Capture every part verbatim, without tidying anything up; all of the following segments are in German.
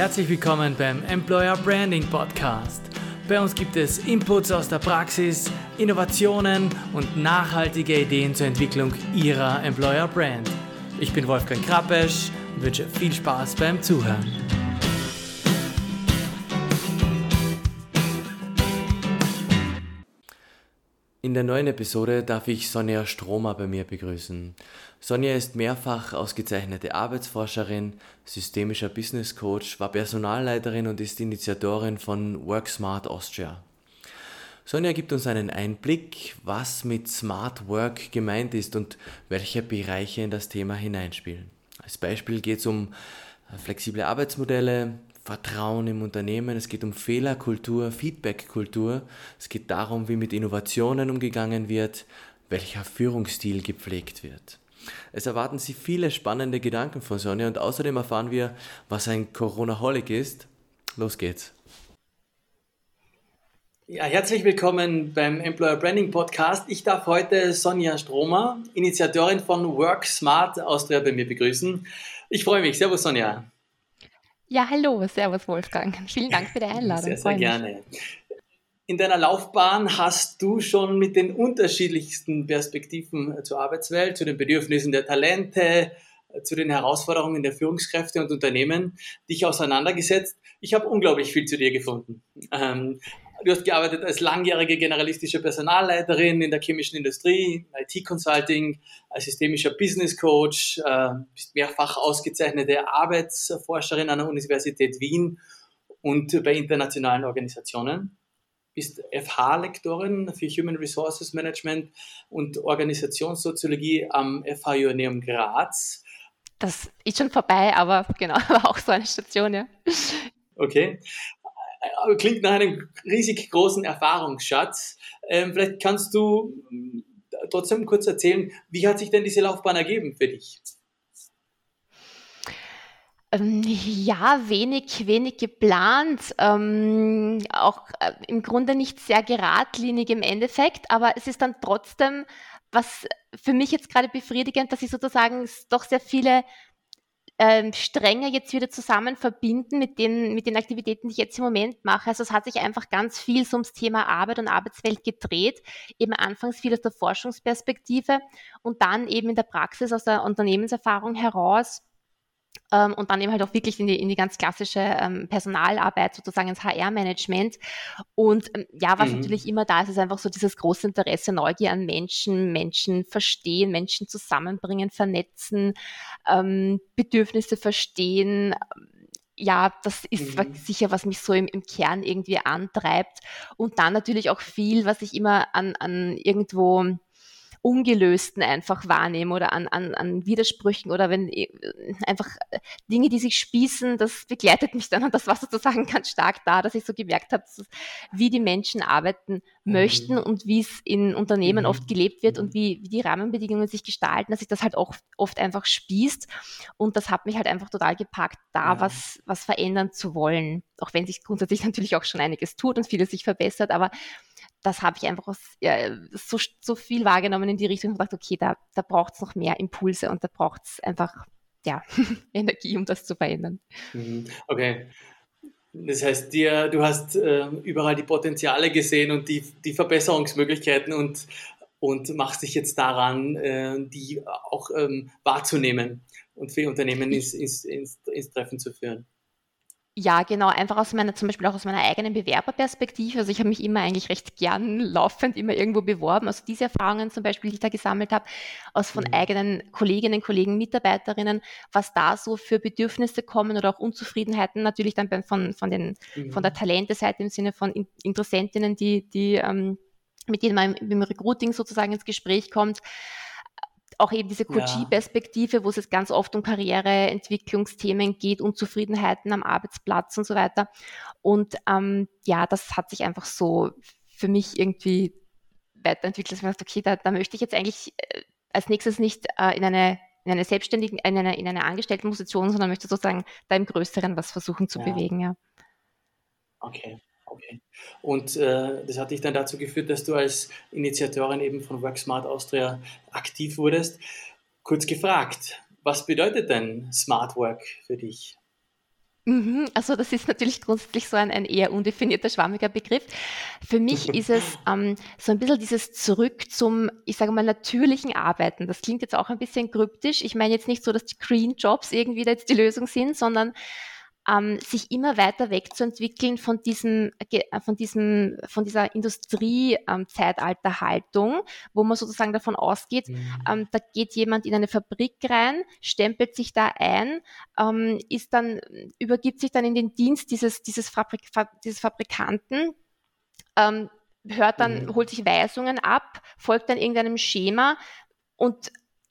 Herzlich willkommen beim Employer Branding Podcast. Bei uns gibt es Inputs aus der Praxis, Innovationen und nachhaltige Ideen zur Entwicklung Ihrer Employer Brand. Ich bin Wolfgang Krappesch und wünsche viel Spaß beim Zuhören. In der neuen Episode darf ich Sonja Stromer bei mir begrüßen. Sonja ist mehrfach ausgezeichnete Arbeitsforscherin, systemischer Business Coach, war Personalleiterin und ist Initiatorin von Work Smart Austria. Sonja gibt uns einen Einblick, was mit Smart Work gemeint ist und welche Bereiche in das Thema hineinspielen. Als Beispiel geht es um flexible Arbeitsmodelle, Vertrauen im Unternehmen, es geht um Fehlerkultur, Feedbackkultur, es geht darum, wie mit Innovationen umgegangen wird, welcher Führungsstil gepflegt wird. Es erwarten Sie viele spannende Gedanken von Sonja und außerdem erfahren wir, was ein Coronaholic ist. Los geht's. Ja, herzlich willkommen beim Employer Branding Podcast. Ich darf heute Sonja Stromer, Initiatorin von Work Smart Austria, bei mir begrüßen. Ich freue mich. Servus, Sonja. Ja, hallo, servus Wolfgang. Vielen Dank für die Einladung. Sehr, sehr gerne. In deiner Laufbahn hast du schon mit den unterschiedlichsten Perspektiven zur Arbeitswelt, zu den Bedürfnissen der Talente, zu den Herausforderungen der Führungskräfte und Unternehmen dich auseinandergesetzt. Ich habe unglaublich viel zu dir gefunden. Ähm, du hast gearbeitet als langjährige generalistische Personalleiterin in der chemischen Industrie, I T-Consulting, als systemischer Business Coach, äh, bist mehrfach ausgezeichnete Arbeitsforscherin an der Universität Wien und bei internationalen Organisationen. Bist F H-Lektorin für Human Resources Management und Organisationssoziologie am F H Joanneum Graz. Das ist schon vorbei, aber genau, war auch so eine Station, ja. Okay. Klingt nach einem riesig großen Erfahrungsschatz. Ähm, vielleicht kannst du trotzdem kurz erzählen, wie hat sich denn diese Laufbahn ergeben für dich? Ähm, ja, wenig, wenig geplant, ähm, auch äh, im Grunde nicht sehr geradlinig im Endeffekt, aber es ist dann trotzdem, was für mich jetzt gerade befriedigend, dass ich sozusagen doch sehr viele ähm, Stränge jetzt wieder zusammen verbinden mit den, mit den Aktivitäten, die ich jetzt im Moment mache. Also es hat sich einfach ganz viel so ums Thema Arbeit und Arbeitswelt gedreht, eben anfangs viel aus der Forschungsperspektive und dann eben in der Praxis aus der Unternehmenserfahrung heraus. Ähm, und dann eben halt auch wirklich in die, in die ganz klassische ähm, Personalarbeit, sozusagen ins H R-Management. Und ähm, ja, was mhm. natürlich immer da ist, ist einfach so dieses große Interesse, Neugier an Menschen, Menschen verstehen, Menschen zusammenbringen, vernetzen, ähm, Bedürfnisse verstehen. Ja, das ist mhm. sicher, was mich so im, im Kern irgendwie antreibt. Und dann natürlich auch viel, was ich immer an, an irgendwo Ungelösten einfach wahrnehme oder an, an, an Widersprüchen oder wenn einfach Dinge, die sich spießen, das begleitet mich dann und das war sozusagen ganz stark da, dass ich so gemerkt habe, wie die Menschen arbeiten mhm. möchten und wie es in Unternehmen mhm. oft gelebt wird mhm. und wie, wie die Rahmenbedingungen sich gestalten, dass sich das halt auch oft einfach spießt und das hat mich halt einfach total gepackt, da ja. was, was verändern zu wollen, auch wenn sich grundsätzlich natürlich auch schon einiges tut und vieles sich verbessert, aber das habe ich einfach aus, ja, so, so viel wahrgenommen in die Richtung und gedacht, okay, da, da braucht es noch mehr Impulse und da braucht es einfach ja, Energie, um das zu verändern. Okay. Das heißt, dir, du hast äh, überall die Potenziale gesehen und die, die Verbesserungsmöglichkeiten und, und machst dich jetzt daran, äh, die auch ähm, wahrzunehmen und für Unternehmen ins, ins, ins, ins Treffen zu führen. Ja, genau, einfach aus meiner, zum Beispiel auch aus meiner eigenen Bewerberperspektive. Also ich habe mich immer eigentlich recht gern laufend immer irgendwo beworben. Also diese Erfahrungen zum Beispiel, die ich da gesammelt habe, aus von mhm. eigenen Kolleginnen, Kollegen, Mitarbeiterinnen, was da so für Bedürfnisse kommen oder auch Unzufriedenheiten, natürlich dann beim, von, von, den, mhm. von der Talenteseite im Sinne von Interessentinnen, die, die, ähm, mit denen man im, im Recruiting sozusagen ins Gespräch kommt. Auch eben diese Coaching-Perspektive, ja. wo es jetzt ganz oft um Karriereentwicklungsthemen geht, Unzufriedenheiten am Arbeitsplatz und so weiter. Und ähm, ja, das hat sich einfach so für mich irgendwie weiterentwickelt, dass ich mir dachte, okay, da, da möchte ich jetzt eigentlich äh, als nächstes nicht äh, in eine in eine selbstständigen, in eine, in eine Angestelltenposition, sondern möchte sozusagen da im Größeren was versuchen zu ja. bewegen. Ja. Okay. Okay. Und äh, das hat dich dann dazu geführt, dass du als Initiatorin eben von Work Smart Austria aktiv wurdest. Kurz gefragt, was bedeutet denn Smart Work für dich? Mhm, also das ist natürlich grundsätzlich so ein, ein eher undefinierter, schwammiger Begriff. Für mich ist es ähm, so ein bisschen dieses Zurück zum, ich sage mal, natürlichen Arbeiten. Das klingt jetzt auch ein bisschen kryptisch. Ich meine jetzt nicht so, dass die Green Jobs irgendwie da jetzt die Lösung sind, sondern ähm, sich immer weiter wegzuentwickeln von diesem, ge- äh, von diesem, von dieser Industrie-Zeitalterhaltung, wo man sozusagen davon ausgeht, Mhm. ähm, da geht jemand in eine Fabrik rein, stempelt sich da ein, ähm, ist dann, übergibt sich dann in den Dienst dieses, dieses, Fabrik, Fa dieses Fabrikanten, ähm, hört dann, Mhm. holt sich Weisungen ab, folgt dann irgendeinem Schema und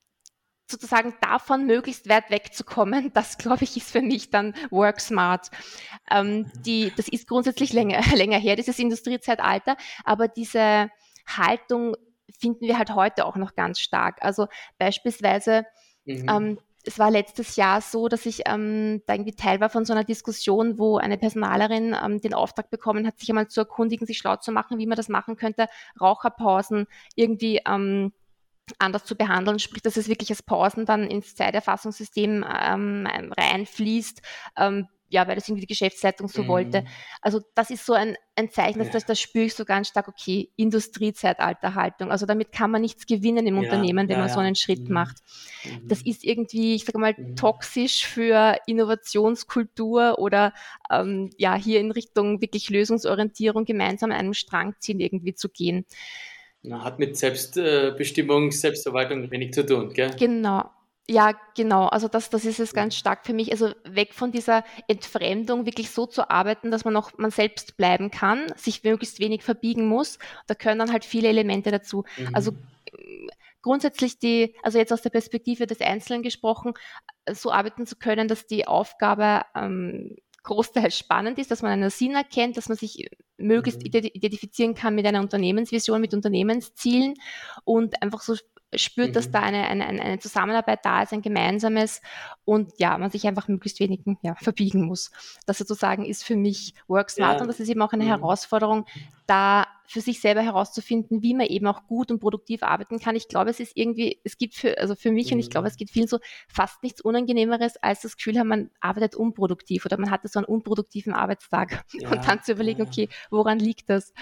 sozusagen davon möglichst weit wegzukommen, das glaube ich ist für mich dann Work Smart. Ähm, die, das ist grundsätzlich länger, länger her, dieses Industriezeitalter, aber diese Haltung finden wir halt heute auch noch ganz stark. Also beispielsweise, Mhm. ähm, es war letztes Jahr so, dass ich ähm, da irgendwie Teil war von so einer Diskussion, wo eine Personalerin ähm, den Auftrag bekommen hat, sich einmal zu erkundigen, sich schlau zu machen, wie man das machen könnte, Raucherpausen irgendwie ähm, anders zu behandeln, sprich, dass es wirklich als Pausen dann ins Zeiterfassungssystem ähm, reinfließt, ähm, ja, weil das irgendwie die Geschäftsleitung so wollte. Mhm. Also das ist so ein, ein Zeichen, dass das, Ja, das spüre ich so ganz stark, okay, Industriezeitalterhaltung. Also damit kann man nichts gewinnen im ja, Unternehmen, wenn ja, man so ja. einen Schritt Mhm. macht. Das Mhm. ist irgendwie, ich sage mal, Mhm. toxisch für Innovationskultur oder ähm, ja, hier in Richtung wirklich Lösungsorientierung gemeinsam an einem Strang ziehen irgendwie zu gehen. Na, hat mit Selbstbestimmung, Selbstverwaltung wenig zu tun, gell? Genau. Ja, genau. Also das, das ist es ganz stark für mich. Also weg von dieser Entfremdung, wirklich so zu arbeiten, dass man auch man selbst bleiben kann, sich möglichst wenig verbiegen muss. Da können dann halt viele Elemente dazu. Also Mhm. äh, grundsätzlich die, also jetzt aus der Perspektive des Einzelnen gesprochen, äh, so arbeiten zu können, dass die Aufgabe ähm, großteils spannend ist, dass man einen Sinn erkennt, dass man sich möglichst Mhm. identifizieren kann mit einer Unternehmensvision, mit Unternehmenszielen und einfach so spürt, dass da Mhm. eine, eine, eine Zusammenarbeit da ist, ein gemeinsames und ja, man sich einfach möglichst wenig ja, verbiegen muss. Das sozusagen ist für mich Work Smart und Ja. das ist eben auch eine Mhm. Herausforderung, da für sich selber herauszufinden, wie man eben auch gut und produktiv arbeiten kann. Ich glaube, es ist irgendwie, es gibt für, also für mich und ich glaube, es Mhm. gibt vielen so fast nichts Unangenehmeres, als das Gefühl haben, man arbeitet unproduktiv oder man hatte so einen unproduktiven Arbeitstag und Ja, dann zu ja, überlegen, ja. okay, woran liegt das?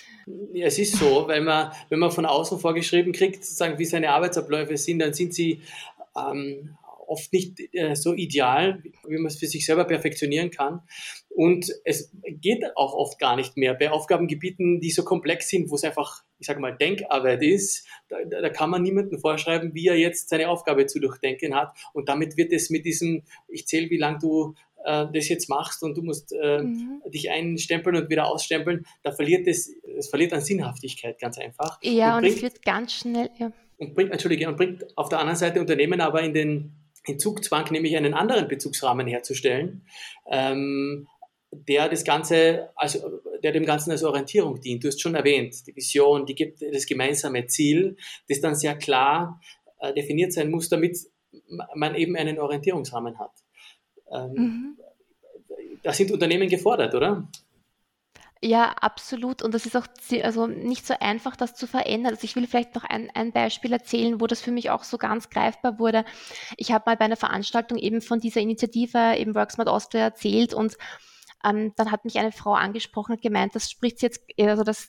Ja, es ist so, weil man, wenn man von außen vorgeschrieben kriegt, sozusagen, wie seine Arbeitsabläufe sind, dann sind sie ähm, oft nicht äh, so ideal, wie man es für sich selber perfektionieren kann. Und es geht auch oft gar nicht mehr. Bei Aufgabengebieten, die so komplex sind, wo es einfach, ich sage mal, Denkarbeit ist, da, da kann man niemandem vorschreiben, wie er jetzt seine Aufgabe zu durchdenken hat. Und damit wird es mit diesem, ich zähle, wie lange du äh, das jetzt machst und du musst äh, Mhm. dich einstempeln und wieder ausstempeln, da verliert es, es verliert an Sinnhaftigkeit ganz einfach Ja, und und es bringt wird ganz schnell, ja. und bringt, Entschuldige, und bringt auf der anderen Seite Unternehmen aber in den in Zugzwang, nämlich einen anderen Bezugsrahmen herzustellen, ähm, der das Ganze, also der dem Ganzen als Orientierung dient. Du hast schon erwähnt, die Vision, die gibt das gemeinsame Ziel, das dann sehr klar äh, definiert sein muss, damit man eben einen Orientierungsrahmen hat. Ähm, Mhm. da sind Unternehmen gefordert, oder? Ja, absolut. Und das ist auch zie- also nicht so einfach, das zu verändern. Also ich will vielleicht noch ein, ein Beispiel erzählen, wo das für mich auch so ganz greifbar wurde. Ich habe mal bei einer Veranstaltung eben von dieser Initiative eben WorkSmart Austria erzählt und ähm, dann hat mich eine Frau angesprochen und gemeint, das spricht sie jetzt, also das,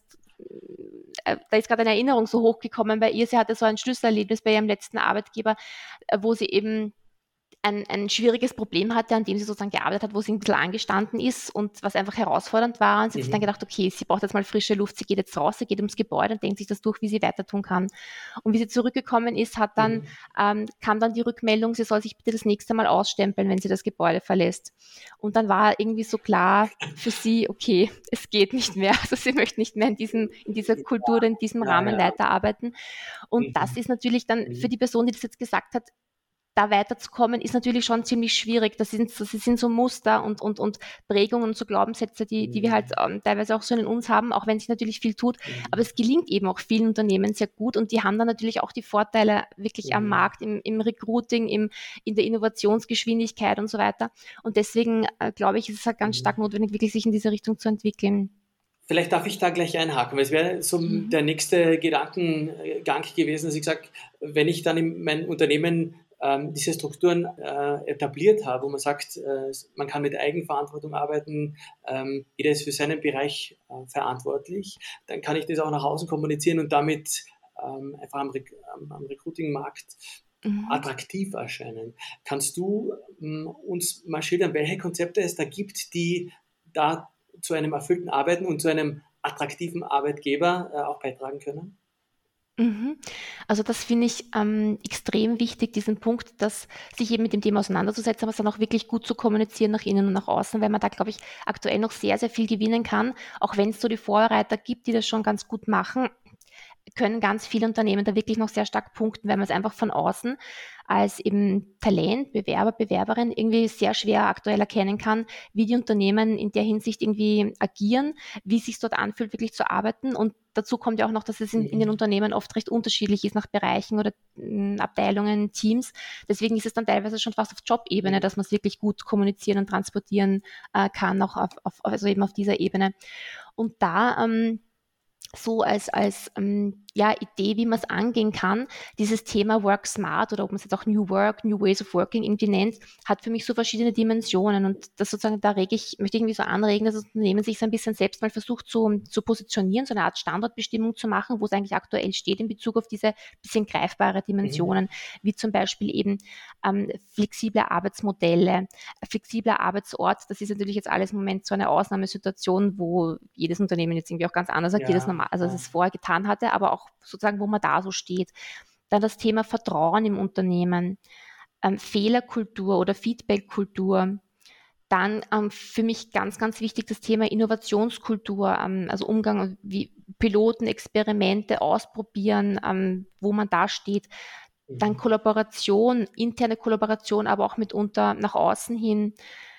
äh, da ist gerade eine Erinnerung so hochgekommen bei ihr. Sie hatte so ein Schlüsselerlebnis bei ihrem letzten Arbeitgeber, äh, wo sie eben ein, ein schwieriges Problem hatte, an dem sie sozusagen gearbeitet hat, wo sie ein bisschen angestanden ist und was einfach herausfordernd war. Und sie hat sich dann Mhm. gedacht, okay, sie braucht jetzt mal frische Luft, sie geht jetzt raus, sie geht ums Gebäude und denkt sich das durch, wie sie weiter tun kann. Und wie sie zurückgekommen ist, hat dann, Mhm. ähm, kam dann die Rückmeldung, sie soll sich bitte das nächste Mal ausstempeln, wenn sie das Gebäude verlässt. Und dann war irgendwie so klar für sie, okay, es geht nicht mehr. Also sie möchte nicht mehr in diesem, in dieser Kultur oder in diesem Ja, Rahmen ja. weiterarbeiten. Und das Mhm. ist natürlich dann für die Mhm. Person, die das jetzt gesagt hat, da weiterzukommen, ist natürlich schon ziemlich schwierig. Das sind, das sind so Muster und, und, und Prägungen und so Glaubenssätze, die, die wir halt Mhm. ähm, teilweise auch so in uns haben, auch wenn sich natürlich viel tut. Aber Mhm. es gelingt eben auch vielen Unternehmen sehr gut und die haben dann natürlich auch die Vorteile wirklich am Mhm. Markt, im, im Recruiting, im, in der Innovationsgeschwindigkeit und so weiter. Und deswegen äh, glaube ich, ist es halt ganz stark Mhm. notwendig, wirklich sich in diese Richtung zu entwickeln. Vielleicht darf ich da gleich einhaken, weil es wäre so Mhm. der nächste Gedankengang gewesen, dass ich sage, wenn ich dann in mein Unternehmen ähm, diese Strukturen äh, etabliert habe, wo man sagt, äh, man kann mit Eigenverantwortung arbeiten, ähm, jeder ist für seinen Bereich äh, verantwortlich, dann kann ich das auch nach außen kommunizieren und damit ähm, einfach am, Rec- am, am Recruiting-Markt Mhm. attraktiv erscheinen. Kannst du ähm, uns mal schildern, welche Konzepte es da gibt, die da zu einem erfüllten Arbeiten und zu einem attraktiven Arbeitgeber äh, auch beitragen können? Mhm. Also das finde ich ähm, extrem wichtig, diesen Punkt, dass sich eben mit dem Thema auseinanderzusetzen, aber es dann auch wirklich gut zu kommunizieren nach innen und nach außen, weil man da, glaube ich, aktuell noch sehr, sehr viel gewinnen kann, auch wenn es so die Vorreiter gibt, die das schon ganz gut machen, können ganz viele Unternehmen da wirklich noch sehr stark punkten, weil man es einfach von außen als eben Talent, Bewerber, Bewerberin irgendwie sehr schwer aktuell erkennen kann, wie die Unternehmen in der Hinsicht irgendwie agieren, wie es sich dort anfühlt, wirklich zu arbeiten. Und dazu kommt ja auch noch, dass es in, in den Mhm. Unternehmen oft recht unterschiedlich ist nach Bereichen oder mh, Abteilungen, Teams. Deswegen ist es dann teilweise schon fast auf Job-Ebene, Mhm. dass man es wirklich gut kommunizieren und transportieren äh, kann, auch auf, auf, also eben auf dieser Ebene. Und da ähm, so als, als ähm, ja, Idee, wie man es angehen kann. Dieses Thema Work Smart oder ob man es jetzt auch New Work, New Ways of Working irgendwie nennt, hat für mich so verschiedene Dimensionen. Und das sozusagen, da rege ich, möchte ich irgendwie so anregen, dass das Unternehmen sich so ein bisschen selbst mal versucht zu, zu positionieren, so eine Art Standortbestimmung zu machen, wo es eigentlich aktuell steht in Bezug auf diese bisschen greifbare Mhm. Dimensionen, wie zum Beispiel eben ähm, flexible Arbeitsmodelle, flexibler Arbeitsort. Das ist natürlich jetzt alles im Moment so eine Ausnahmesituation, wo jedes Unternehmen jetzt irgendwie auch ganz anders agiert, als Ja, normal, also als ja. es vorher getan hatte, aber auch sozusagen, wo man da so steht. Dann das Thema Vertrauen im Unternehmen, ähm, Fehlerkultur oder Feedbackkultur. Dann ähm, für mich ganz, ganz wichtig das Thema Innovationskultur, ähm, also Umgang wie Piloten, Experimente ausprobieren, ähm, wo man da steht. Dann Mhm. Kollaboration, interne Kollaboration, aber auch mitunter nach außen hin.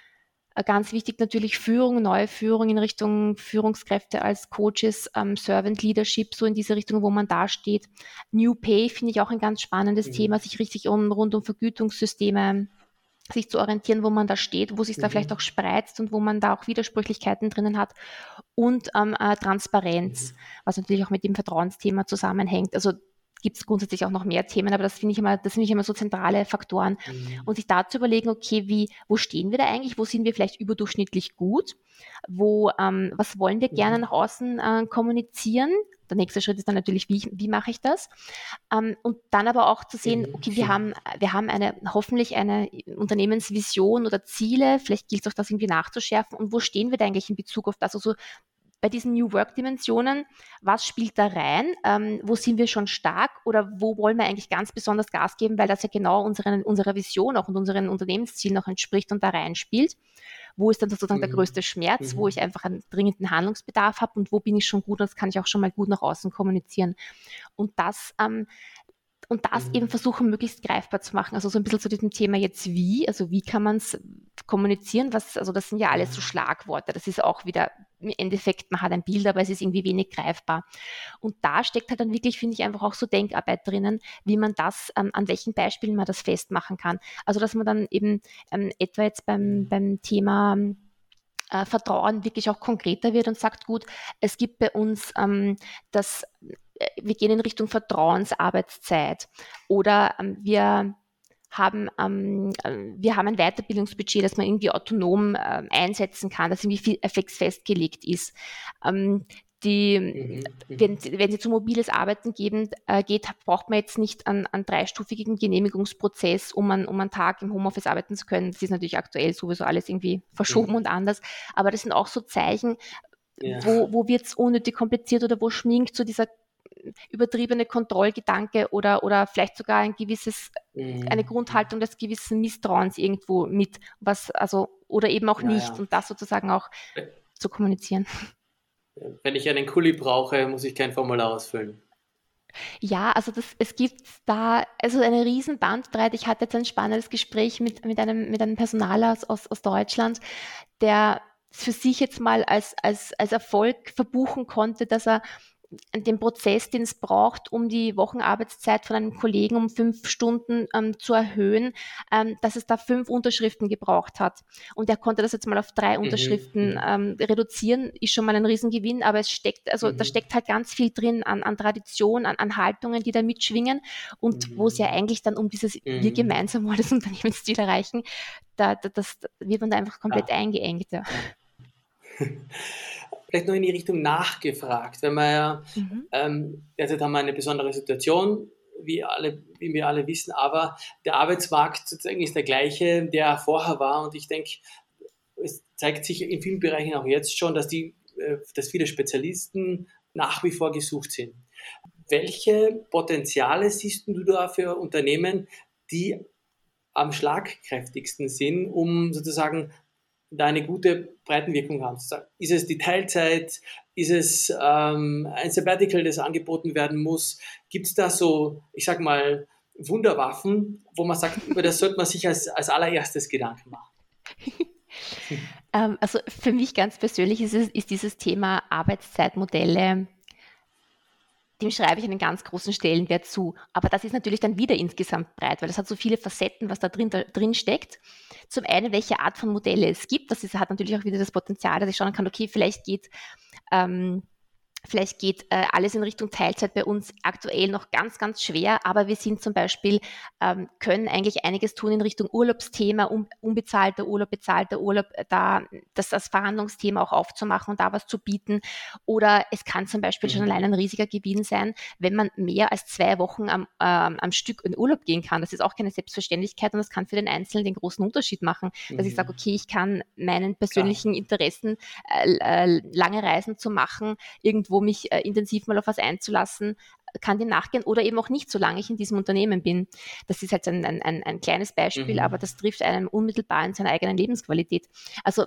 Äh, Ganz wichtig natürlich Führung, neue Führung in Richtung Führungskräfte als Coaches, ähm, Servant Leadership, so in diese Richtung, wo man da steht. New Pay finde ich auch ein ganz spannendes Thema, Mhm. sich richtig um, rund um Vergütungssysteme sich zu orientieren, wo man da steht, wo sich da vielleicht auch Mhm. spreizt und wo man da auch Widersprüchlichkeiten drinnen hat. Und ähm, äh, Transparenz, Mhm. was natürlich auch mit dem Vertrauensthema zusammenhängt. Also gibt es grundsätzlich auch noch mehr Themen, aber das finde ich immer, das finde ich immer so zentrale Faktoren. Mhm. Und sich da zu überlegen, okay, wie, wo stehen wir da eigentlich? Wo sind wir vielleicht überdurchschnittlich gut? Wo, ähm, was wollen wir gerne Mhm. nach außen äh, kommunizieren? Der nächste Schritt ist dann natürlich, wie, wie mache ich das? Ähm, und dann aber auch zu sehen, Mhm. okay, wir haben, wir haben eine, hoffentlich eine Unternehmensvision oder Ziele, vielleicht gilt es auch, das irgendwie nachzuschärfen. Und wo stehen wir da eigentlich in Bezug auf das? Also bei diesen New Work-Dimensionen, was spielt da rein? Ähm, wo sind wir schon stark oder wo wollen wir eigentlich ganz besonders Gas geben, weil das ja genau unseren, unserer Vision auch und unseren Unternehmenszielen auch entspricht und da reinspielt? Wo ist dann sozusagen der Mhm. größte Schmerz, wo ich Mhm. einfach einen dringenden Handlungsbedarf habe und wo bin ich schon gut und das kann ich auch schon mal gut nach außen kommunizieren. Und das ähm, und das eben Mhm. versuchen, möglichst greifbar zu machen. Also so ein bisschen zu diesem Thema jetzt wie, also wie kann man es kommunizieren, was, also das sind ja alles so Ja. Schlagworte. Das ist auch wieder im Endeffekt, man hat ein Bild, aber es ist irgendwie wenig greifbar. Und da steckt halt dann wirklich, finde ich, einfach auch so Denkarbeit drinnen, wie man das, ähm, an welchen Beispielen man das festmachen kann. Also dass man dann eben ähm, etwa jetzt beim, Mhm. beim Thema äh, Vertrauen wirklich auch konkreter wird und sagt, gut, es gibt bei uns ähm, das, äh, wir gehen in Richtung Vertrauensarbeitszeit oder ähm, wir haben, ähm, äh, wir haben ein Weiterbildungsbudget, das man irgendwie autonom äh, einsetzen kann, das irgendwie viel fix festgelegt ist. Ähm, die, Mhm. wenn, Mhm. wenn Sie zu mobiles Arbeiten geben, äh, geht, braucht man jetzt nicht einen, einen dreistufigen Genehmigungsprozess, um, an, um einen Tag im Homeoffice arbeiten zu können. Das ist natürlich aktuell sowieso alles irgendwie verschoben Mhm. und anders. Aber das sind auch so Zeichen, Ja. wo, wo wird es unnötig kompliziert oder wo schminkt so dieser übertriebene Kontrollgedanke oder, oder vielleicht sogar ein gewisses, eine Mhm. Mhm. Grundhaltung des gewissen Misstrauens irgendwo mit, was, also, oder eben auch Ja, nicht ja. und das sozusagen auch zu kommunizieren. Wenn ich einen Kuli brauche, muss ich kein Formular ausfüllen. Ja, also das, es gibt da also eine riesen Bandbreite. Ich hatte jetzt ein spannendes Gespräch mit, mit einem, mit einem Personaler aus, aus, aus Deutschland, der für sich jetzt mal als, als, als Erfolg verbuchen konnte, dass er den Prozess, den es braucht, um die Wochenarbeitszeit von einem Kollegen um fünf Stunden ähm, zu erhöhen, ähm, dass es da fünf Unterschriften gebraucht hat. Und er konnte das jetzt mal auf drei Unterschriften mhm. ähm, reduzieren, ist schon mal ein Riesengewinn, aber es steckt, also Mhm. da steckt halt ganz viel drin an, an Tradition, an, an Haltungen, die da mitschwingen und Mhm. wo es ja eigentlich dann um dieses, Mhm. wir gemeinsam wollen das Unternehmensziel erreichen, da, da, das wird man da einfach komplett Ja. eingeengt. Ja. Vielleicht noch in die Richtung nachgefragt, wenn wir ja, Mhm. ähm, derzeit haben wir eine besondere Situation, wie, alle, wie wir alle wissen, aber der Arbeitsmarkt sozusagen ist der gleiche, der vorher war und ich denke, es zeigt sich in vielen Bereichen auch jetzt schon, dass, die, äh, dass viele Spezialisten nach wie vor gesucht sind. Welche Potenziale siehst du da für Unternehmen, die am schlagkräftigsten sind, um sozusagen da eine gute Breitenwirkung haben? Ist es die Teilzeit? Ist es ähm, ein Sabbatical, das angeboten werden muss? Gibt es da so, ich sag mal, Wunderwaffen, wo man sagt, über das sollte man sich als, als allererstes Gedanken machen? ähm, also für mich ganz persönlich ist, es, ist dieses Thema Arbeitszeitmodelle, dem schreibe ich einen ganz großen Stellenwert zu. Aber das ist natürlich dann wieder insgesamt breit, weil es hat so viele Facetten, was da drin, da drin steckt. Zum einen, welche Art von Modelle es gibt. Das ist, hat natürlich auch wieder das Potenzial, dass ich schauen kann, okay, vielleicht geht ähm, Vielleicht geht äh, alles in Richtung Teilzeit bei uns aktuell noch ganz, ganz schwer, aber wir sind zum Beispiel, ähm, können eigentlich einiges tun in Richtung Urlaubsthema, un, unbezahlter Urlaub, bezahlter Urlaub, da das als Verhandlungsthema auch aufzumachen und da was zu bieten. Oder es kann zum Beispiel mhm. schon allein ein riesiger Gewinn sein, wenn man mehr als zwei Wochen am, ähm, am Stück in Urlaub gehen kann. Das ist auch keine Selbstverständlichkeit und das kann für den Einzelnen den großen Unterschied machen, dass mhm. ich sage, okay, ich kann meinen persönlichen Klar. Interessen, äh, äh, lange Reisen zu machen, irgendwo mich äh, intensiv mal auf was einzulassen, kann dem nachgehen oder eben auch nicht, solange ich in diesem Unternehmen bin. Das ist halt ein, ein, ein kleines Beispiel, mhm. aber das trifft einem unmittelbar in seiner eigenen Lebensqualität. Also,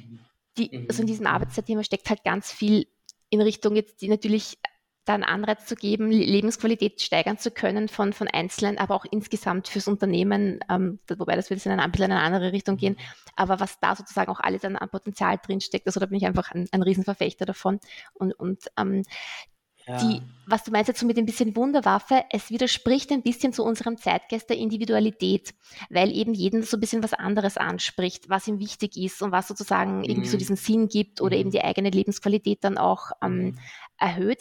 die, also in diesem Arbeitszeitthema steckt halt ganz viel in Richtung jetzt, die natürlich da einen Anreiz zu geben, Lebensqualität steigern zu können von, von Einzelnen, aber auch insgesamt fürs Unternehmen, ähm, wobei das wird jetzt in eine, ein bisschen in eine andere Richtung gehen, aber was da sozusagen auch alles an, an Potenzial drinsteckt, also da bin ich einfach ein, ein Riesenverfechter davon und, und ähm, ja. die, was du meinst jetzt so mit ein bisschen Wunderwaffe, es widerspricht ein bisschen zu unserem Zeitgeist der Individualität, weil eben jeden so ein bisschen was anderes anspricht, was ihm wichtig ist und was sozusagen mhm. irgendwie so diesen Sinn gibt oder mhm. eben die eigene Lebensqualität dann auch ähm, mhm. erhöht.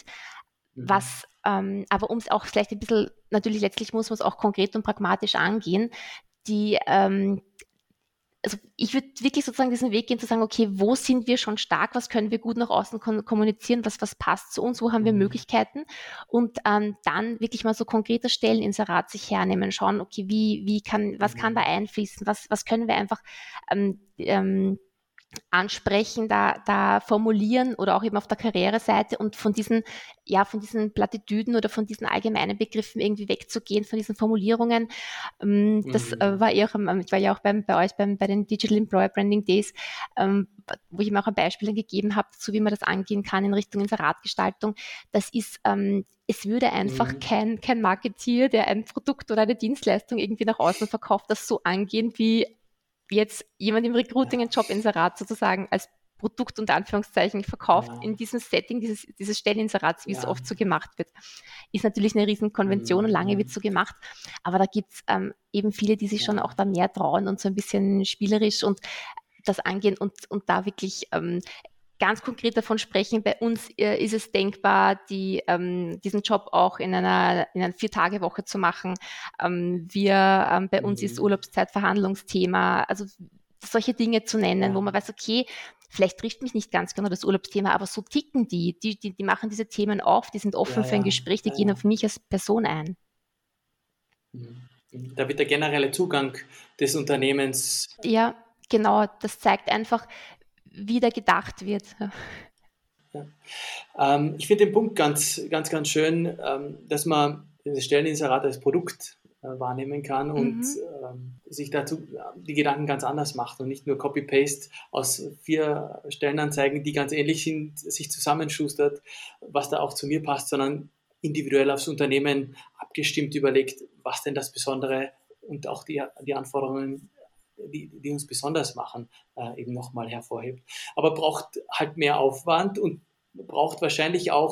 Was, ähm, aber um es auch vielleicht ein bisschen, natürlich letztlich muss man es auch konkret und pragmatisch angehen, die, ähm, also ich würde wirklich sozusagen diesen Weg gehen zu sagen, okay, wo sind wir schon stark, was können wir gut nach außen kon- kommunizieren, was, was passt zu uns, wo haben wir mhm. Möglichkeiten und ähm, dann wirklich mal so konkrete Stelleninserat sich hernehmen, schauen, okay, wie, wie kann, was mhm. kann da einfließen, was, was können wir einfach ähm, ähm, ansprechen, da, da formulieren oder auch eben auf der Karriereseite und von diesen, ja, von diesen Plattitüden oder von diesen allgemeinen Begriffen irgendwie wegzugehen, von diesen Formulierungen. Ähm, mhm. Das äh, war ja auch, ich war ja auch beim, bei euch beim, bei den Digital Employer Branding Days, ähm, wo ich mir auch ein Beispiel gegeben habe, dazu, wie man das angehen kann in Richtung Inseratgestaltung. Das ist, ähm, es würde einfach mhm. kein, kein Marketeer, der ein Produkt oder eine Dienstleistung irgendwie nach außen verkauft, das so angehen, wie jetzt jemand im Recruiting ein Jobinserat sozusagen als Produkt unter Anführungszeichen verkauft ja. in diesem Setting dieses, dieses Stelleninserats, wie ja. es oft so gemacht wird. Ist natürlich eine riesen Konvention mhm. und lange wird so gemacht, aber da gibt es ähm, eben viele, die sich ja. schon auch da mehr trauen und so ein bisschen spielerisch und das angehen und, und da wirklich ähm, ganz konkret davon sprechen. Bei uns äh, ist es denkbar, die, ähm, diesen Job auch in einer, in einer Vier-Tage-Woche zu machen. Ähm, wir, ähm, bei mhm. uns ist Urlaubszeit Verhandlungsthema, also solche Dinge zu nennen, ja. wo man weiß, okay, vielleicht trifft mich nicht ganz genau das Urlaubsthema, aber so ticken die. Die, die, die machen diese Themen auf, die sind offen ja, für ein Gespräch, die ja, gehen ja. auf mich als Person ein. Da wird der generelle Zugang des Unternehmens. Ja, genau, das zeigt einfach, wie da gedacht wird. Ja. Ähm, ich finde den Punkt ganz, ganz, ganz schön, ähm, dass man das Stelleninserat als Produkt äh, wahrnehmen kann und mhm. ähm, sich dazu die Gedanken ganz anders macht und nicht nur Copy-Paste aus vier Stellenanzeigen, die ganz ähnlich sind, sich zusammenschustert, was da auch zu mir passt, sondern individuell aufs Unternehmen abgestimmt überlegt, was denn das Besondere und auch die, die Anforderungen Die, die uns besonders machen, äh, eben nochmal hervorhebt. Aber braucht halt mehr Aufwand und braucht wahrscheinlich auch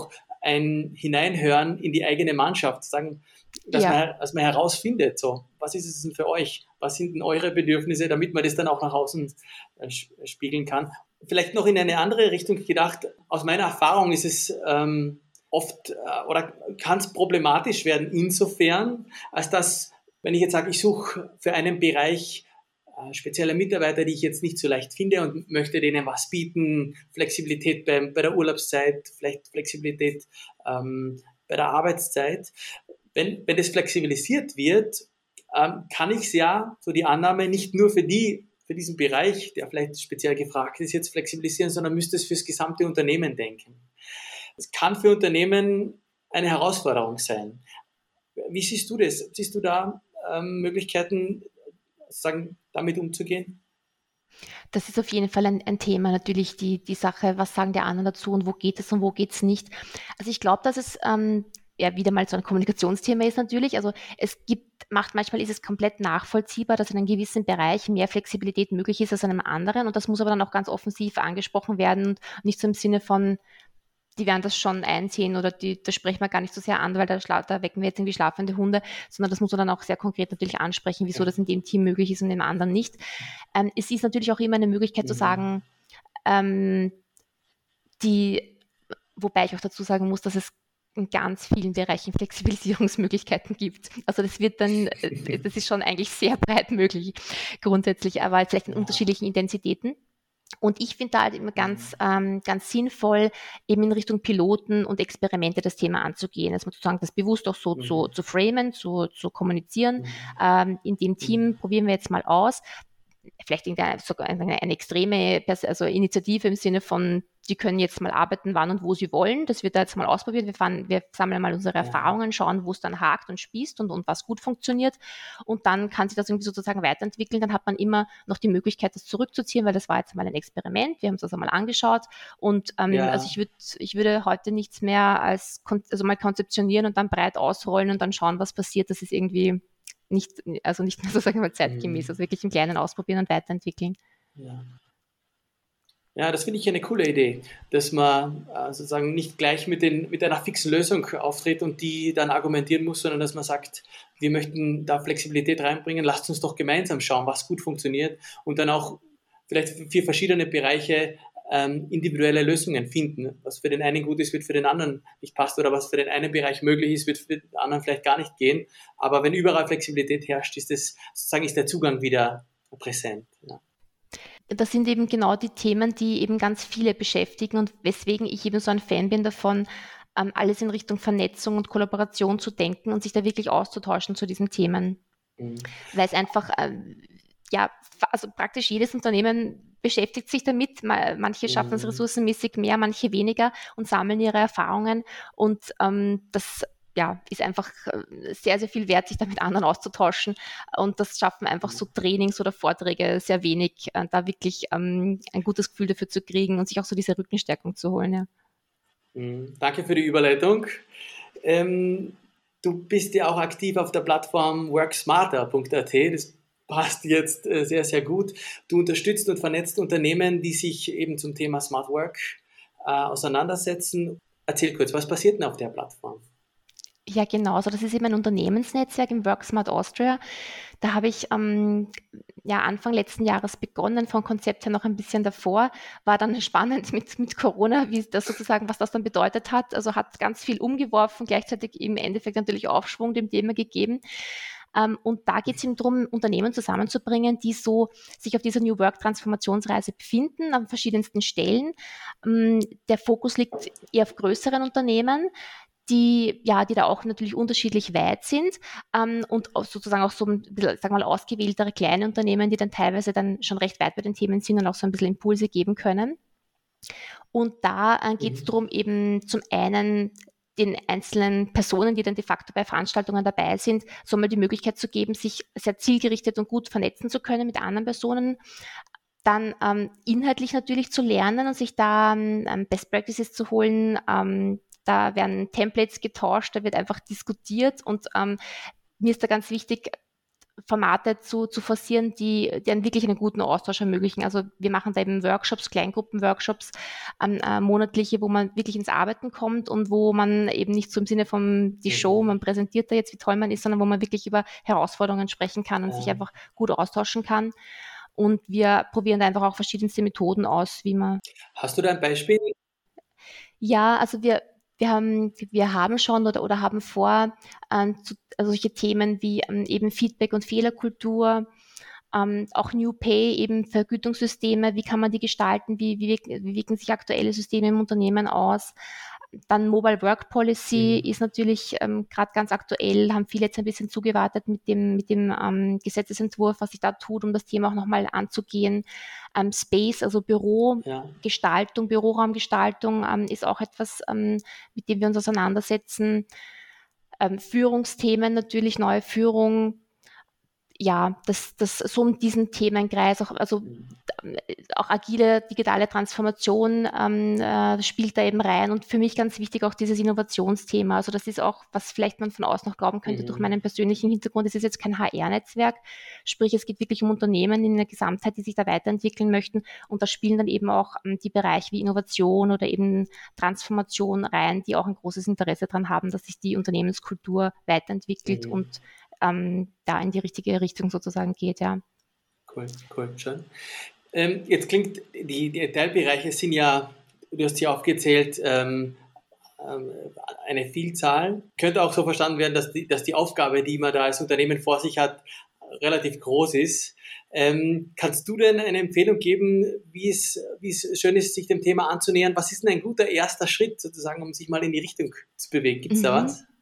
ein Hineinhören in die eigene Mannschaft, sagen, dass, Ja. man, dass man herausfindet, so, was ist es denn für euch? Was sind denn eure Bedürfnisse, damit man das dann auch nach außen äh, spiegeln kann? Vielleicht noch in eine andere Richtung gedacht. Aus meiner Erfahrung ist es ähm, oft äh, oder kann es problematisch werden insofern, als dass, wenn ich jetzt sage, ich suche für einen Bereich äh, spezielle Mitarbeiter, die ich jetzt nicht so leicht finde und möchte denen was bieten, Flexibilität bei, bei der Urlaubszeit, vielleicht Flexibilität ähm, bei der Arbeitszeit. Wenn, wenn das flexibilisiert wird, ähm, kann ich es ja, so die Annahme, nicht nur für die, für diesen Bereich, der vielleicht speziell gefragt ist, jetzt flexibilisieren, sondern müsste es fürs gesamte Unternehmen denken. Es kann für Unternehmen eine Herausforderung sein. Wie siehst du das? Siehst du da ähm, Möglichkeiten, sagen, damit umzugehen? Das ist auf jeden Fall ein, ein Thema, natürlich die, die Sache, was sagen die anderen dazu und wo geht es und wo geht es nicht. Also ich glaube, dass es ähm, ja wieder mal so ein Kommunikationsthema ist natürlich. Also es gibt, macht manchmal ist es komplett nachvollziehbar, dass in einem gewissen Bereich mehr Flexibilität möglich ist als in einem anderen und das muss aber dann auch ganz offensiv angesprochen werden und nicht so im Sinne von, die werden das schon einsehen oder die, da sprechen wir gar nicht so sehr an, weil da, schla- da wecken wir jetzt irgendwie schlafende Hunde, sondern das muss man dann auch sehr konkret natürlich ansprechen, wieso das in dem Team möglich ist und im anderen nicht. Ähm, es ist natürlich auch immer eine Möglichkeit zu sagen, ähm, die, wobei ich auch dazu sagen muss, dass es in ganz vielen Bereichen Flexibilisierungsmöglichkeiten gibt. Also das wird dann, äh, das ist schon eigentlich sehr breit möglich grundsätzlich, aber vielleicht in Ja. unterschiedlichen Intensitäten. Und ich finde da halt immer ganz, ähm, ganz sinnvoll, eben in Richtung Piloten und Experimente das Thema anzugehen. Also sozusagen das bewusst auch so Mhm. zu, zu framen, zu, zu kommunizieren. Mhm. Ähm, in dem Team probieren wir jetzt mal aus. Vielleicht irgendeine, sogar eine, eine extreme Pers- also Initiative im Sinne von, die können jetzt mal arbeiten, wann und wo sie wollen. Das wird da jetzt mal ausprobiert. Wir, fahren, wir sammeln mal unsere Ja. Erfahrungen, schauen, wo es dann hakt und spießt und, und was gut funktioniert. Und dann kann sich das irgendwie sozusagen weiterentwickeln. Dann hat man immer noch die Möglichkeit, das zurückzuziehen, weil das war jetzt mal ein Experiment. Wir haben uns das einmal angeschaut. Und ähm, Ja. also ich, würd, ich würde heute nichts mehr als kon- also mal konzeptionieren und dann breit ausrollen und dann schauen, was passiert. Das ist irgendwie nicht, also nicht mehr so sagen wir mal zeitgemäß, Mhm. also wirklich im Kleinen ausprobieren und weiterentwickeln. Ja. Ja, das finde ich eine coole Idee, dass man äh, sozusagen nicht gleich mit, den, mit einer fixen Lösung auftritt und die dann argumentieren muss, sondern dass man sagt, wir möchten da Flexibilität reinbringen, lasst uns doch gemeinsam schauen, was gut funktioniert und dann auch vielleicht für verschiedene Bereiche ähm, individuelle Lösungen finden. Was für den einen gut ist, wird für den anderen nicht passen oder was für den einen Bereich möglich ist, wird für den anderen vielleicht gar nicht gehen. Aber wenn überall Flexibilität herrscht, ist das, sozusagen ist der Zugang wieder präsent. Ja. Das sind eben genau die Themen, die eben ganz viele beschäftigen und weswegen ich eben so ein Fan bin davon, ähm, alles in Richtung Vernetzung und Kollaboration zu denken und sich da wirklich auszutauschen zu diesen Themen. Mhm. Weil es einfach, ähm, ja, also praktisch jedes Unternehmen beschäftigt sich damit. Ma- Manche schaffen es Mhm. ressourcenmäßig mehr, manche weniger und sammeln ihre Erfahrungen. Und ähm, das ja, ist einfach äh, sehr, sehr viel wert, sich da mit anderen auszutauschen. Und das schaffen einfach so Trainings oder Vorträge sehr wenig, äh, da wirklich ähm, ein gutes Gefühl dafür zu kriegen und sich auch so diese Rückenstärkung zu holen. Ja. Mhm. Danke für die Überleitung. Ähm, du bist ja auch aktiv auf der Plattform worksmarter punkt a t. Das passt jetzt äh, sehr, sehr gut. Du unterstützt und vernetzt Unternehmen, die sich eben zum Thema Smart Work äh, auseinandersetzen. Erzähl kurz, was passiert denn auf der Plattform? Ja, genau. Also das ist eben ein Unternehmensnetzwerk im WorkSmart Austria. Da habe ich ähm, ja, Anfang letzten Jahres begonnen, vom Konzept her noch ein bisschen davor. War dann spannend mit, mit Corona, wie das sozusagen, was das dann bedeutet hat. Also hat ganz viel umgeworfen, gleichzeitig im Endeffekt natürlich Aufschwung dem Thema gegeben. Ähm, und da geht es eben darum, Unternehmen zusammenzubringen, die so sich auf dieser New Work-Transformationsreise befinden, an verschiedensten Stellen. Ähm, der Fokus liegt eher auf größeren Unternehmen, die, ja, die da auch natürlich unterschiedlich weit sind ähm, und auch sozusagen auch so ein bisschen, sagen wir mal, ausgewähltere kleine Unternehmen, die dann teilweise dann schon recht weit bei den Themen sind und auch so ein bisschen Impulse geben können. Und da äh, geht es Mhm. darum, eben zum einen den einzelnen Personen, die dann de facto bei Veranstaltungen dabei sind, so mal die Möglichkeit zu geben, sich sehr zielgerichtet und gut vernetzen zu können mit anderen Personen, dann ähm, inhaltlich natürlich zu lernen und sich da ähm, Best Practices zu holen. Ähm, da werden Templates getauscht, da wird einfach diskutiert und ähm, mir ist da ganz wichtig, Formate zu, zu forcieren, die, die einen wirklich einen guten Austausch ermöglichen. Also wir machen da eben Workshops, Kleingruppenworkshops, ähm, äh, monatliche, wo man wirklich ins Arbeiten kommt und wo man eben nicht so im Sinne von die Show, man präsentiert da jetzt, wie toll man ist, sondern wo man wirklich über Herausforderungen sprechen kann und Ja. sich einfach gut austauschen kann. Und wir probieren da einfach auch verschiedenste Methoden aus, wie man... Hast du da ein Beispiel? Ja, also wir, wir haben, wir haben schon oder, oder haben vor, ähm, zu, also solche Themen wie ähm, eben Feedback und Fehlerkultur, ähm, auch New Pay, eben Vergütungssysteme, wie kann man die gestalten, wie, wie, wirken, wie wirken sich aktuelle Systeme im Unternehmen aus. Dann Mobile Work Policy Mhm. ist natürlich ähm, gerade ganz aktuell, haben viele jetzt ein bisschen zugewartet mit dem, mit dem ähm, Gesetzesentwurf, was sich da tut, um das Thema auch nochmal anzugehen. Ähm, Space, also Bürogestaltung, Ja. Büroraumgestaltung ähm, ist auch etwas, ähm, mit dem wir uns auseinandersetzen. Ähm, Führungsthemen natürlich, neue Führung, ja, das, das so um diesen Themenkreis, auch, also Mhm. auch agile digitale Transformation ähm, äh, spielt da eben rein und für mich ganz wichtig auch dieses Innovationsthema. Also das ist auch, was vielleicht man von außen noch glauben könnte durch meinen Mhm. persönlichen Hintergrund, es ist jetzt kein H R-Netzwerk, sprich es geht wirklich um Unternehmen in der Gesamtheit, die sich da weiterentwickeln möchten und da spielen dann eben auch ähm, die Bereiche wie Innovation oder eben Transformation rein, die auch ein großes Interesse daran haben, dass sich die Unternehmenskultur weiterentwickelt Mhm. und ähm, da in die richtige Richtung sozusagen geht, ja. Cool, cool, schön. Ähm, jetzt klingt, die, die Teilbereiche sind ja, du hast hier aufgezählt, ähm, ähm, eine Vielzahl. Könnte auch so verstanden werden, dass die, dass die Aufgabe, die man da als Unternehmen vor sich hat, relativ groß ist. Ähm, kannst du denn eine Empfehlung geben, wie es, wie es schön ist, sich dem Thema anzunähern? Was ist denn ein guter erster Schritt sozusagen, um sich mal in die Richtung zu bewegen? Gibt es da Mhm. was?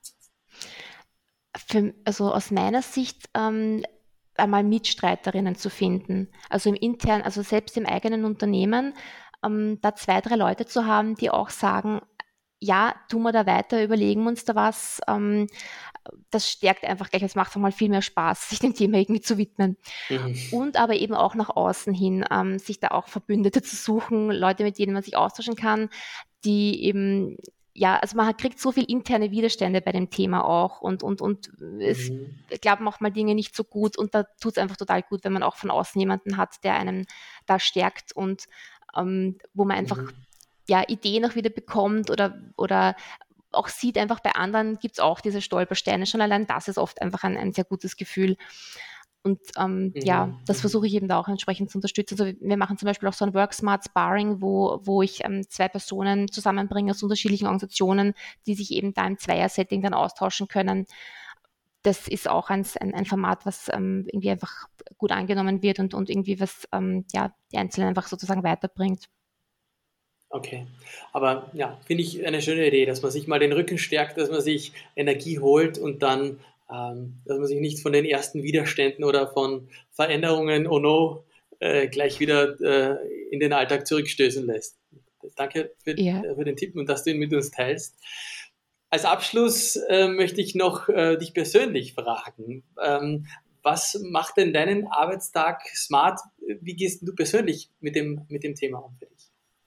Für, also aus meiner Sicht ähm, einmal Mitstreiterinnen zu finden. Also im internen, also selbst im eigenen Unternehmen, ähm, da zwei, drei Leute zu haben, die auch sagen, ja, tun wir da weiter, überlegen wir uns da was. Ähm, das stärkt einfach gleich, es macht auch mal viel mehr Spaß, sich dem Thema irgendwie zu widmen. Mhm. Und aber eben auch nach außen hin, ähm, sich da auch Verbündete zu suchen, Leute, mit denen man sich austauschen kann, die eben, ja, also man kriegt so viel interne Widerstände bei dem Thema auch und, und, und es Mhm. glauben auch mal Dinge nicht so gut und da tut es einfach total gut, wenn man auch von außen jemanden hat, der einen da stärkt und ähm, wo man einfach Mhm. ja, Ideen auch wieder bekommt oder, oder auch sieht einfach bei anderen gibt es auch diese Stolpersteine. Schon allein das ist oft einfach ein, ein sehr gutes Gefühl. Und ähm, ja, Mhm. das versuche Mhm. ich eben da auch entsprechend zu unterstützen. Also wir machen zum Beispiel auch so ein Work Smart Sparring, wo, wo ich ähm, zwei Personen zusammenbringe aus unterschiedlichen Organisationen, die sich eben da im Zweier-Setting dann austauschen können. Das ist auch ein, ein, ein Format, was ähm, irgendwie einfach gut angenommen wird und, und irgendwie was ähm, ja, die Einzelnen einfach sozusagen weiterbringt. Okay, aber ja, finde ich eine schöne Idee, dass man sich mal den Rücken stärkt, dass man sich Energie holt und dann, ähm, dass man sich nicht von den ersten Widerständen oder von Veränderungen, oh no, äh, gleich wieder äh, in den Alltag zurückstößen lässt. Danke für, Ja. äh, für den Tipp und dass du ihn mit uns teilst. Als Abschluss äh, möchte ich noch äh, dich persönlich fragen. Ähm, was macht denn deinen Arbeitstag smart? Wie gehst du persönlich mit dem, mit dem Thema um für dich?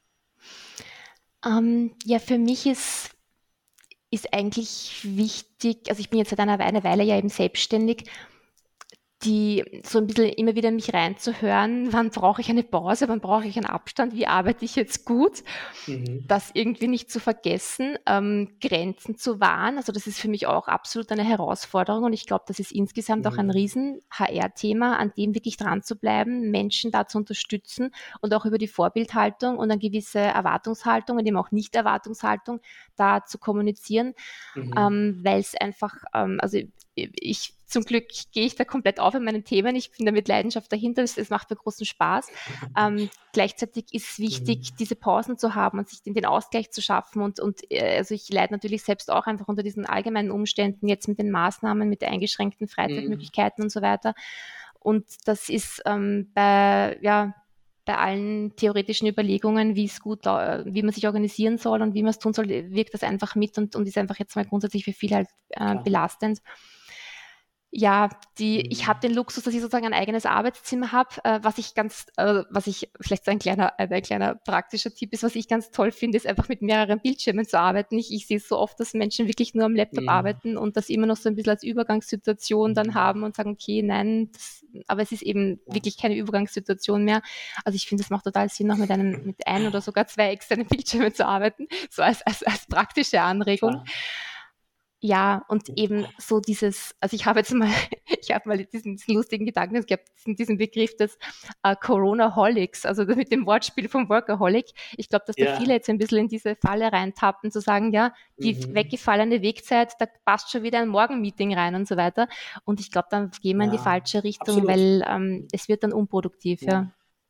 Ähm, ja, für mich ist, ist eigentlich wichtig, also ich bin jetzt seit einer, einer Weile ja eben selbstständig, die so ein bisschen immer wieder in mich reinzuhören, wann brauche ich eine Pause, wann brauche ich einen Abstand, wie arbeite ich jetzt gut, Mhm. das irgendwie nicht zu vergessen, ähm, Grenzen zu wahren. Also das ist für mich auch absolut eine Herausforderung und ich glaube, das ist insgesamt auch ein Mhm. riesen H R-Thema, an dem wirklich dran zu bleiben, Menschen da zu unterstützen und auch über die Vorbildhaltung und eine gewisse Erwartungshaltung und eben auch Nicht-Erwartungshaltung da zu kommunizieren, Mhm. ähm, weil es einfach, ähm, also ich zum Glück gehe ich da komplett auf in meinen Themen. Ich bin da mit Leidenschaft dahinter. Es, es macht mir großen Spaß. Ähm, gleichzeitig ist es Mhm. wichtig, diese Pausen zu haben und sich den, den Ausgleich zu schaffen. Und, und äh, also ich leide natürlich selbst auch einfach unter diesen allgemeinen Umständen, jetzt mit den Maßnahmen, mit den eingeschränkten Mhm. Freizeitmöglichkeiten und so weiter. Und das ist ähm, bei, ja, bei allen theoretischen Überlegungen, wie es gut, wie man sich organisieren soll und wie man es tun soll, wirkt das einfach mit und, und ist einfach jetzt mal grundsätzlich für viele halt äh, Klar. belastend. Ja, die, ich Mhm. habe den Luxus, dass ich sozusagen ein eigenes Arbeitszimmer habe, äh, was ich ganz, äh, was ich, vielleicht so ein kleiner, äh, ein kleiner praktischer Tipp ist, was ich ganz toll finde, ist einfach mit mehreren Bildschirmen zu arbeiten. Ich, ich sehe so oft, dass Menschen wirklich nur am Laptop Mhm. arbeiten und das immer noch so ein bisschen als Übergangssituation dann Mhm. haben und sagen, okay, nein, das, aber es ist eben Ja. wirklich keine Übergangssituation mehr. Also ich finde, es macht total Sinn, noch mit einem, mit ein oder sogar zwei externen Bildschirmen zu arbeiten, so als, als, als praktische Anregung. Klar. Ja, und eben so dieses, also ich habe jetzt mal, ich habe mal diesen, diesen lustigen Gedanken, es gab diesen, diesen Begriff des äh, Corona-Holics, also mit dem Wortspiel vom Workaholic. Ich glaube, dass da viele Ja. jetzt ein bisschen in diese Falle reintappen, zu sagen, ja, die Mhm. weggefallene Wegzeit, da passt schon wieder ein Morgenmeeting rein und so weiter. Und ich glaube, dann gehen wir in die Ja, falsche Richtung, absolut. weil ähm, es wird dann unproduktiv, ja. Ja.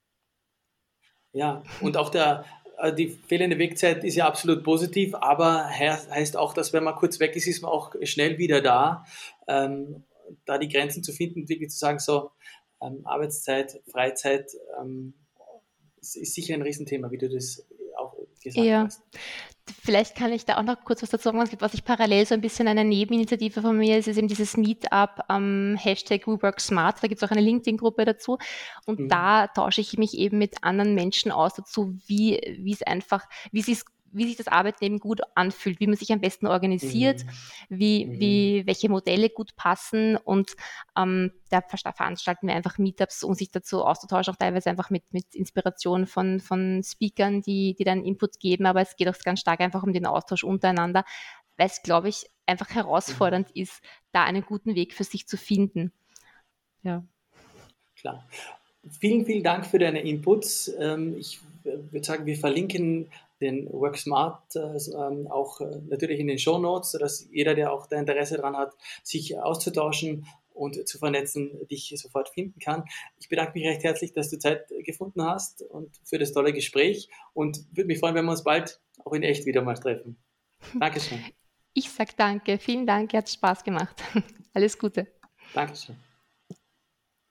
Ja, und auch der, äh, die fehlende Wegzeit ist ja absolut positiv, aber he- heißt auch, dass wenn man kurz weg ist, ist man auch schnell wieder da. Ähm, da die Grenzen zu finden, wirklich zu sagen, so ähm, Arbeitszeit, Freizeit, ähm, ist, ist sicher ein Riesenthema, wie du das auch gesagt Ja. hast. Vielleicht kann ich da auch noch kurz was dazu sagen, was ich parallel so ein bisschen eine Nebeninitiative von mir ist, ist eben dieses Meetup am Hashtag WeWorkSmart. Da gibt es auch eine LinkedIn-Gruppe dazu. Und Mhm. da tausche ich mich eben mit anderen Menschen aus dazu, wie, wie es einfach, wie es ist, wie sich das Arbeiten eben gut anfühlt, wie man sich am besten organisiert, Mhm. wie, Mhm. wie, welche Modelle gut passen. Und ähm, da ver- veranstalten wir einfach Meetups, um sich dazu auszutauschen, auch teilweise einfach mit, mit Inspiration von, von Speakern, die, die dann Input geben. Aber es geht auch ganz stark einfach um den Austausch untereinander, weil es, glaube ich, einfach Mhm. herausfordernd ist, da einen guten Weg für sich zu finden. Ja. Klar. Vielen, vielen Dank für deine Inputs. Ähm, ich würde sagen, wir verlinken den WorkSmart äh, ähm, auch äh, natürlich in den Shownotes, sodass jeder, der auch da Interesse daran hat, sich auszutauschen und zu vernetzen, dich sofort finden kann. Ich bedanke mich recht herzlich, dass du Zeit gefunden hast und für das tolle Gespräch und würde mich freuen, wenn wir uns bald auch in echt wieder mal treffen. Dankeschön. Ich sage danke, vielen Dank, hat Spaß gemacht. Alles Gute. Dankeschön.